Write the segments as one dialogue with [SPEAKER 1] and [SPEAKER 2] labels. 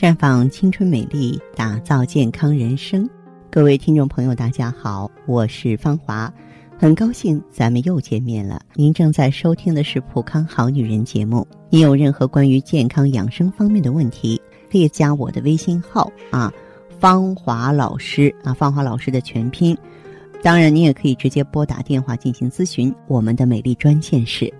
[SPEAKER 1] 绽放青春美丽，打造健康人生。各位听众朋友大家好，我是芳华，很高兴咱们又见面了。您正在收听的是普康好女人节目。您有任何关于健康养生方面的问题，可以加我的微信号芳华老师芳华老师的全拼。当然你也可以直接拨打电话进行咨询，我们的美丽专线是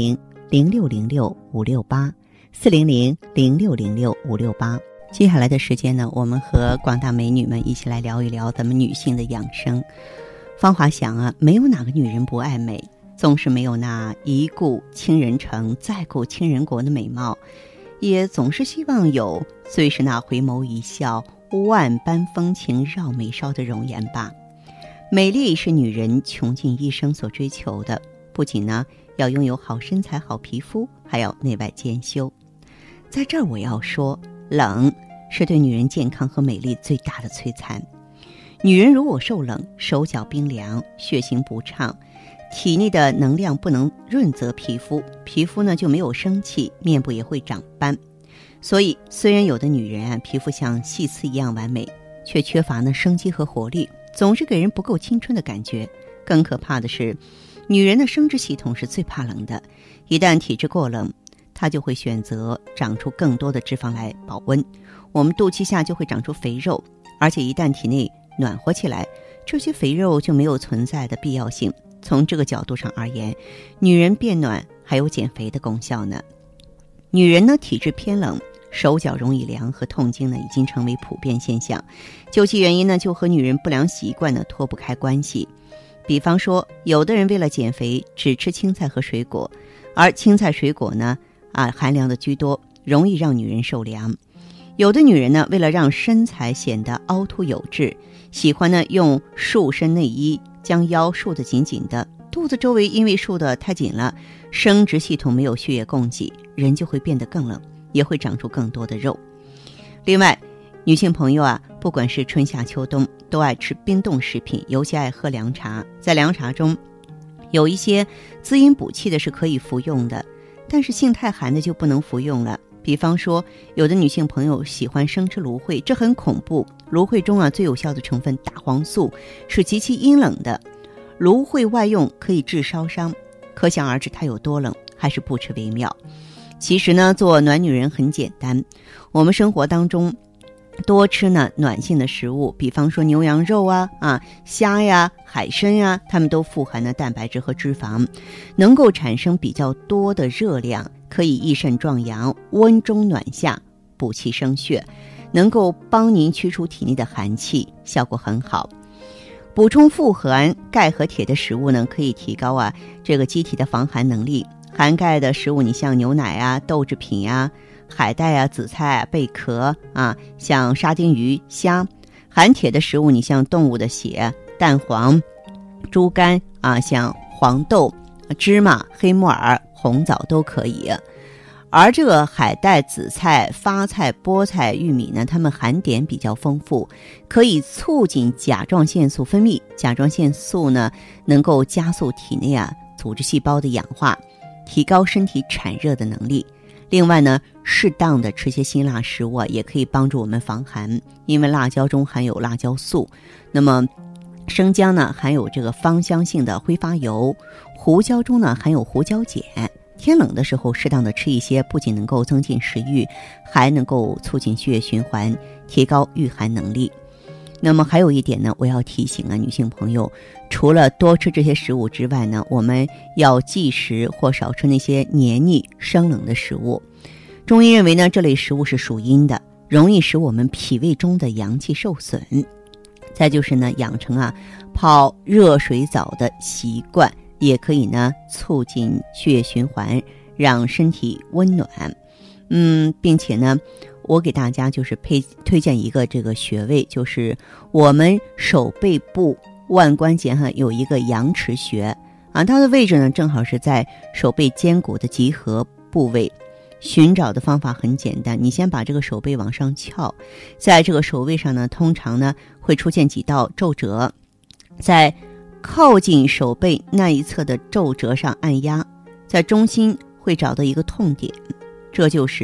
[SPEAKER 1] 400-0606-568，400-0606-568。接下来的时间呢，我们和广大美女们一起来聊一聊咱们女性的养生。芳华想没有哪个女人不爱美，纵是没有那一顾倾人城，再顾倾人国的美貌，也总是希望有最是那回眸一笑，万般风情绕眉梢的容颜吧。美丽是女人穷尽一生所追求的，不仅呢要拥有好身材好皮肤，还要内外兼修。在这儿我要说，冷是对女人健康和美丽最大的摧残。女人如果受冷，手脚冰凉，血行不畅，体内的能量不能润泽皮肤，皮肤呢就没有生气，面部也会长斑。所以虽然有的女人皮肤像细刺一样完美，却缺乏呢生机和活力，总是给人不够青春的感觉。更可怕的是，女人的生殖系统是最怕冷的，一旦体质过冷，她就会选择长出更多的脂肪来保温，我们肚脐下就会长出肥肉，而且一旦体内暖和起来，这些肥肉就没有存在的必要性。从这个角度上而言，女人变暖还有减肥的功效呢。女人呢体质偏冷，手脚容易凉和痛经呢已经成为普遍现象，究其原因呢就和女人不良习惯呢脱不开关系。比方说，有的人为了减肥只吃青菜和水果，而青菜水果呢寒凉的居多，容易让女人受凉。有的女人呢为了让身材显得凹凸有致，喜欢呢用束身内衣将腰束得紧紧的，肚子周围因为束得太紧了，生殖系统没有血液供给，人就会变得更冷，也会长出更多的肉。另外，女性朋友不管是春夏秋冬，都爱吃冰冻食品，尤其爱喝凉茶。在凉茶中有一些滋阴补气的是可以服用的，但是性太寒的就不能服用了。比方说，有的女性朋友喜欢生吃芦荟，这很恐怖。芦荟中最有效的成分大黄素是极其阴冷的，芦荟外用可以治烧伤，可想而知它有多冷，还是不吃为妙。其实呢，做暖女人很简单，我们生活当中多吃呢暖性的食物，比方说牛羊肉虾呀、海参呀，它们都富含了蛋白质和脂肪，能够产生比较多的热量，可以益肾壮阳，温中暖下，补气生血，能够帮您驱除体内的寒气，效果很好。补充富含钙和铁的食物呢，可以提高这个机体的防寒能力。含钙的食物，你像牛奶豆制品海带紫菜贝壳像沙丁鱼虾。含铁的食物，你像动物的血、蛋黄、猪肝像黄豆、芝麻、黑木耳、红枣都可以。而这个海带、紫菜、发菜、菠菜、玉米呢，它们含碘比较丰富，可以促进甲状腺素分泌。甲状腺素呢，能够加速体内组织细胞的氧化，提高身体产热的能力。另外呢，适当的吃些辛辣食物也可以帮助我们防寒，因为辣椒中含有辣椒素。那么生姜呢含有这个芳香性的挥发油，胡椒中呢含有胡椒碱。天冷的时候适当的吃一些，不仅能够增进食欲，还能够促进血液循环，提高御寒能力。那么还有一点呢，我要提醒女性朋友，除了多吃这些食物之外呢，我们要忌食或少吃那些黏腻生冷的食物。中医认为呢，这类食物是属阴的，容易使我们脾胃中的阳气受损。再就是呢，养成泡热水澡的习惯，也可以呢促进血液循环，让身体温暖。并且呢，我给大家就是推荐一个这个穴位，就是我们手背部腕关节有一个阳池穴它的位置呢正好是在手背肩骨的集合部位。寻找的方法很简单，你先把这个手背往上翘，在这个手背上呢，通常呢会出现几道皱褶，在靠近手背那一侧的皱褶上按压，在中心会找到一个痛点，这就是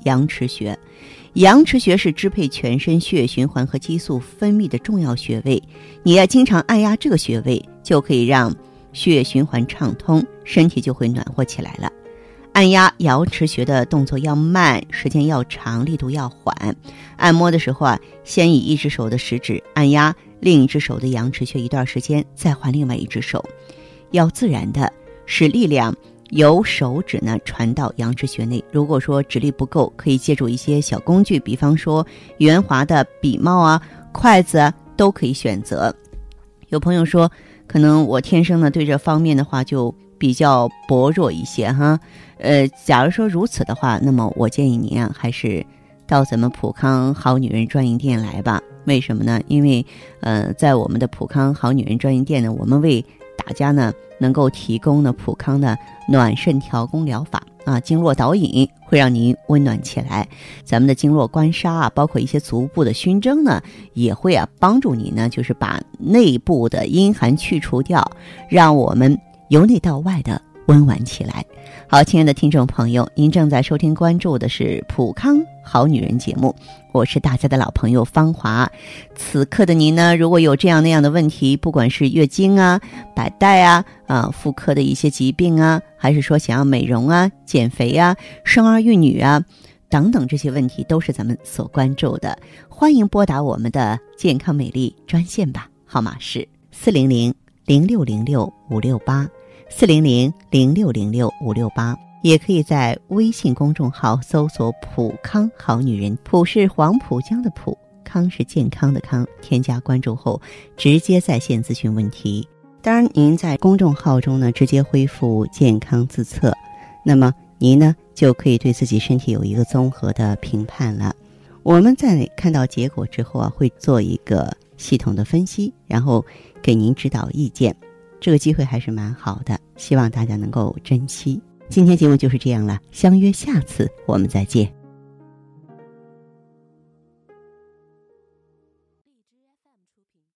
[SPEAKER 1] 阳池穴。阳池穴是支配全身血液循环和激素分泌的重要穴位，你要经常按压这个穴位，就可以让血液循环畅通，身体就会暖和起来了。按压阳池穴的动作要慢，时间要长，力度要缓。按摩的时候先以一只手的食指按压另一只手的阳池穴一段时间，再换另外一只手，要自然的使力量由手指呢传到阳池穴内。如果说指力不够，可以借助一些小工具，比方说圆滑的笔帽筷子都可以选择。有朋友说，可能我天生呢对这方面的话就比较薄弱一些哈。假如说如此的话，那么我建议您还是到咱们普康好女人专营店来吧。为什么呢？因为在我们的普康好女人专营店呢，我们为大家呢能够提供呢普康的暖肾调宫疗法经络导引，会让您温暖起来。咱们的经络关杀包括一些足部的熏蒸呢，也会帮助你呢，就是把内部的阴寒去除掉，让我们由内到外的温婉起来。好，亲爱的听众朋友，您正在收听关注的是普康好女人节目，我是大家的老朋友芳华。此刻的您呢，如果有这样那样的问题，不管是月经百带妇科的一些疾病还是说想要美容减肥生儿育女等等，这些问题都是咱们所关注的。欢迎拨打我们的健康美丽专线吧，号码是400-0606-568，400-0606-568，也可以在微信公众号搜索普康好女人，普是黄浦江的浦，康是健康的康，添加关注后直接在线咨询问题。当然您在公众号中呢直接恢复健康自测，那么您呢就可以对自己身体有一个综合的评判了。我们在看到结果之后会做一个系统的分析，然后给您指导意见。这个机会还是蛮好的，希望大家能够珍惜。今天节目就是这样了，相约下次我们再见。